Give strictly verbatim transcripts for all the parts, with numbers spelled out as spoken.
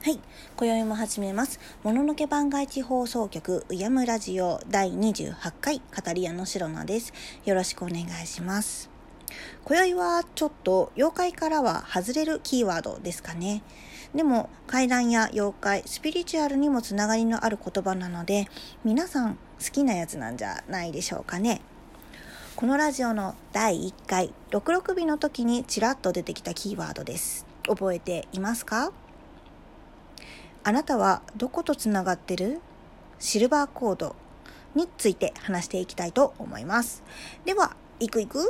はい、今宵も始めます。もののけ番外地放送局うやむラジオだいにじゅうはちかい語り屋のしろなです。よろしくお願いします。今宵はちょっと妖怪からは外れるキーワードですかね。でも怪談や妖怪、スピリチュアルにもつながりのある言葉なので、皆さん好きなやつなんじゃないでしょうかね。このラジオのだいいっかいろくろくびの時にちらっと出てきたキーワードです。覚えていますか？あなたはどことつながってる？シルバーコードについて話していきたいと思います。では、いくいく。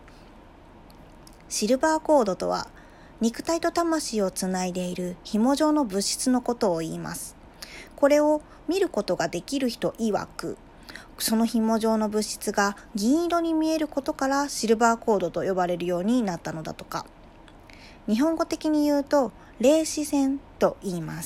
シルバーコードとは、肉体と魂をつないでいる紐状の物質のことを言います。これを見ることができる人曰く、その紐状の物質が銀色に見えることからシルバーコードと呼ばれるようになったのだとか。日本語的に言うと、霊視線と言います。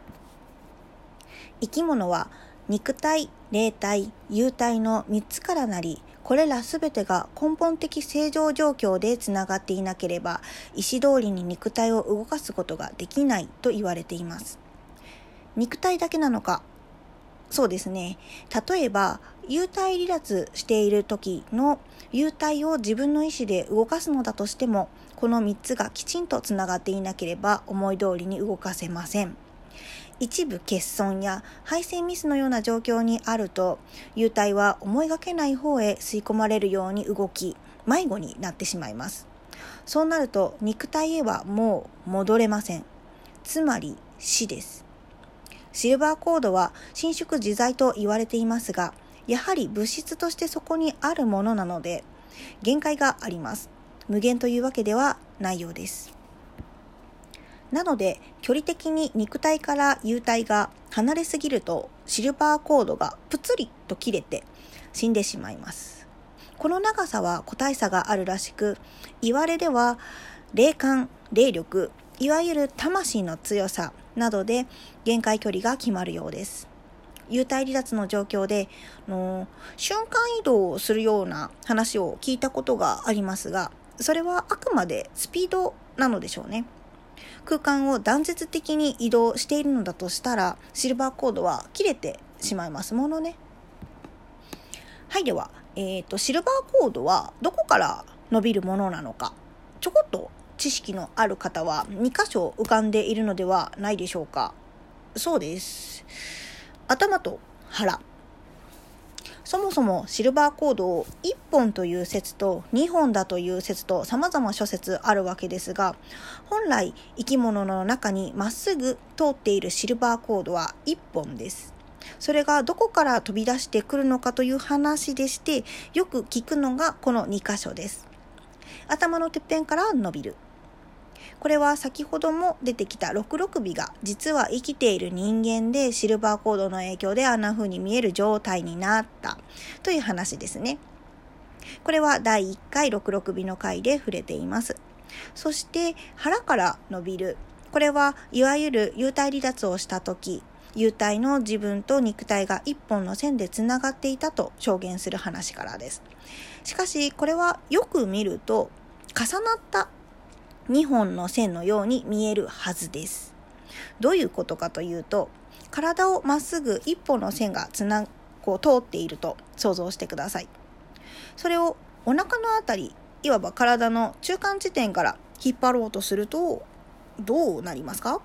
生き物は肉体、霊体、幽体のみっつからなり、これらすべてが根本的正常状況でつながっていなければ、意思通りに肉体を動かすことができないと言われています。肉体だけなのか？そうですね。例えば、幽体離脱している時の幽体を自分の意思で動かすのだとしても、このみっつがきちんとつながっていなければ思い通りに動かせません。一部欠損や配線ミスのような状況にあると、幽体は思いがけない方へ吸い込まれるように動き、迷子になってしまいます。そうなると肉体へはもう戻れません。つまり死です。シルバーコードは伸縮自在と言われていますが、やはり物質としてそこにあるものなので、限界があります。無限というわけではないようです。なので、距離的に肉体から幽体が離れすぎると、シルバーコードがプツリと切れて死んでしまいます。この長さは個体差があるらしく、いわれでは霊感、霊力、いわゆる魂の強さなどで限界距離が決まるようです。幽体離脱の状況での瞬間移動をするような話を聞いたことがありますが、それはあくまでスピードなのでしょうね。空間を断絶的に移動しているのだとしたら、シルバーコードは切れてしまいますものね。はい、では、えーと、シルバーコードはどこから伸びるものなのか、ちょこっと知識のある方はにかしょ浮かんでいるのではないでしょうか。そうです。頭と腹。そもそもシルバーコードをいっぽんという説とにほんだという説と様々諸説あるわけですが、本来生き物の中にまっすぐ通っているシルバーコードはいっぽんです。それがどこから飛び出してくるのかという話でして、よく聞くのがこのにかしょです。頭のてっぺんから伸びる。これは先ほども出てきたろくろくびが実は生きている人間でシルバーコードの影響であんな風に見える状態になったという話ですね。これはだいいっかいろくろくびの回で触れています。そして腹から伸びる。これはいわゆる幽体離脱をした時、幽体の自分と肉体が一本の線でつながっていたと証言する話からです。しかしこれはよく見ると重なったにほんの線のように見えるはずです。どういうことかというと、体をまっすぐ一本の線がつなこう通っていると想像してください。それをお腹のあたり、いわば体の中間地点から引っ張ろうとするとどうなりますか？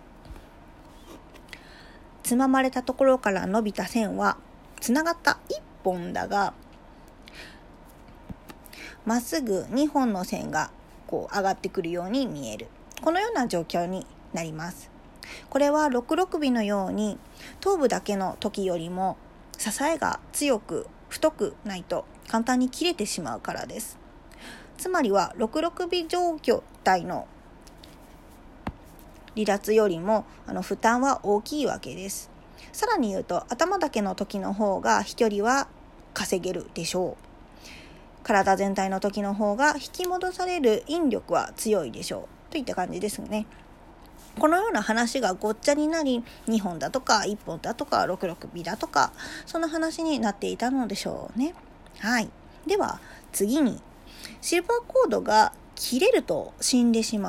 つままれたところから伸びた線はつながったいっぽんだが、まっすぐにほんの線がこう上がってくるように見える。このような状況になります。これはろくろくびのように頭部だけの時よりも支えが強く太くないと簡単に切れてしまうからです。つまりはろくろくび状態の離脱よりもあの負担は大きいわけです。さらに言うと、頭だけの時の方が飛距離は稼げるでしょう。体全体の時の方が引き戻される引力は強いでしょうといった感じですね。このような話がごっちゃになり、にほんだとかいっぽんだとかろくろくびだとか、そんな話になっていたのでしょうね。はい。では次に、シルバーコードが切れると死んでしまう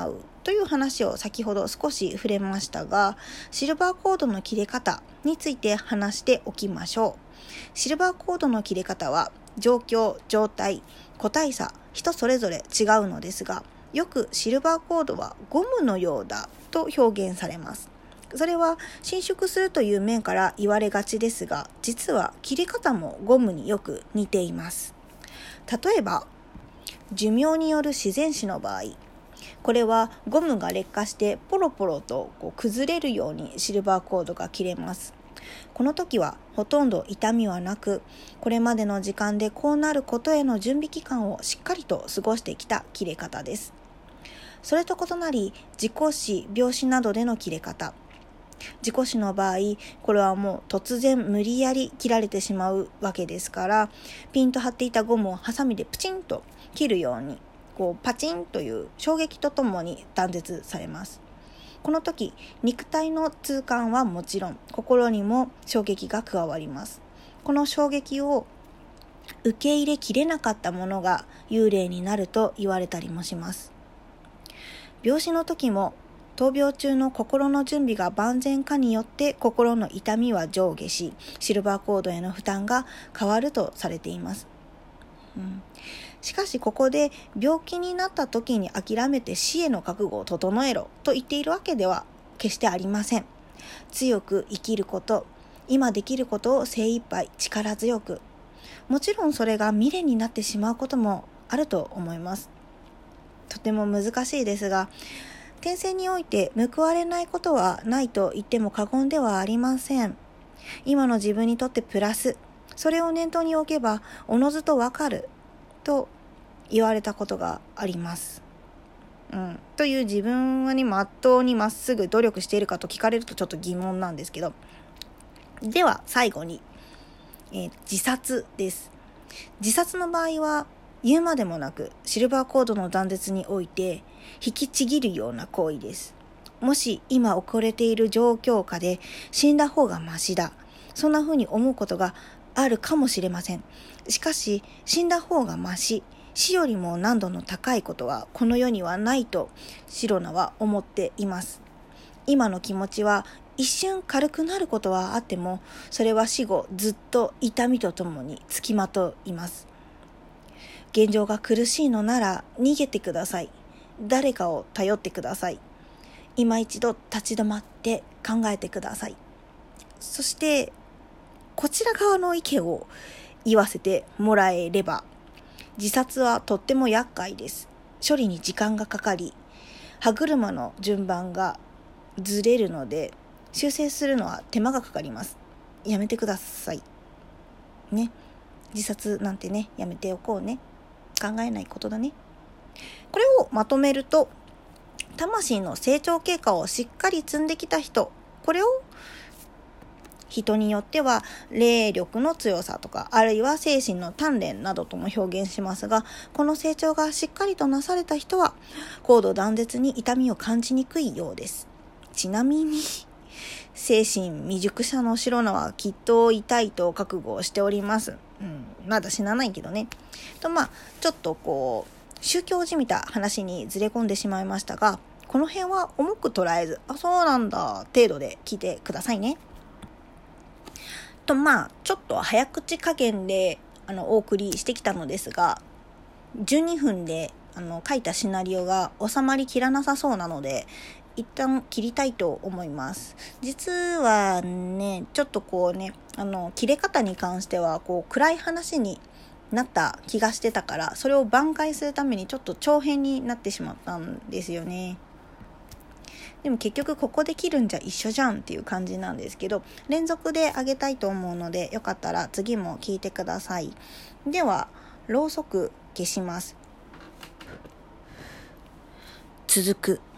という話を先ほど少し触れましたが、シルバーコードの切れ方について話しておきましょう。シルバーコードの切れ方は状況、状態、個体差、人それぞれ違うのですが、よくシルバーコードはゴムのようだと表現されます。それは伸縮するという面から言われがちですが、実は切れ方もゴムによく似ています。例えば、寿命による自然死の場合、これはゴムが劣化してポロポロとこう崩れるようにシルバーコードが切れます。この時はほとんど痛みはなく、これまでの時間でこうなることへの準備期間をしっかりと過ごしてきた切れ方です。それと異なり、事故死、病死などでの切れ方。事故死の場合、これはもう突然無理やり切られてしまうわけですから、ピンと張っていたゴムをハサミでプチンと切るように、こうパチンという衝撃とともに断絶されます。この時、肉体の痛感はもちろん、心にも衝撃が加わります。この衝撃を受け入れきれなかったものが幽霊になると言われたりもします。病死の時も、闘病中の心の準備が万全かによって心の痛みは上下し、シルバーコードへの負担が変わるとされています。うん、しかしここで病気になった時に諦めて死への覚悟を整えろと言っているわけでは決してありません。強く生きること、今できることを精一杯力強く。もちろんそれが未練になってしまうこともあると思います。とても難しいですが、転生において報われないことはないと言っても過言ではありません。今の自分にとってプラス、それを念頭に置けばおのずとわかると言われたことがあります。うん、という自分にまっとうにまっすぐ努力しているかと聞かれるとちょっと疑問なんですけど、では最後に、えー、自殺です。自殺の場合は言うまでもなくシルバーコードの断絶において引きちぎるような行為です。もし今置かれている状況下で死んだ方がマシだ、そんな風に思うことがあるかもしれません。しかし死んだ方がマシ、死よりも難度の高いことはこの世にはないとシロナは思っています。今の気持ちは一瞬軽くなることはあっても、それは死後ずっと痛みとともにつきまといます。現状が苦しいのなら逃げてください。誰かを頼ってください。今一度立ち止まって考えてください。そしてこちら側の意見を言わせてもらえれば、自殺はとっても厄介です。処理に時間がかかり、歯車の順番がずれるので修正するのは手間がかかります。やめてくださいね。自殺なんてね、やめておこうね。考えないことだね。これをまとめると、魂の成長経過をしっかり積んできた人、これを人によっては霊力の強さとか、あるいは精神の鍛錬などとも表現しますが、この成長がしっかりとなされた人は高度断絶に痛みを感じにくいようです。ちなみに精神未熟者のシロナはきっと痛いと覚悟をしております。うん、まだ死なないけどね。とまあちょっとこう宗教じみた話にずれ込んでしまいましたが、この辺は重く捉えず、あ、そうなんだ程度で聞いてくださいね。とまあちょっと早口加減であのお送りしてきたのですが、じゅうにふんであの書いたシナリオが収まりきらなさそうなので、一旦切りたいと思います。実はね、ちょっとこうね、あの切れ方に関してはこう暗い話になった気がしてたから、それを挽回するためにちょっと長編になってしまったんですよね。でも結局ここで切るんじゃ一緒じゃんっていう感じなんですけど、連続であげたいと思うので、よかったら次も聞いてください。ではろうそく消します。続く。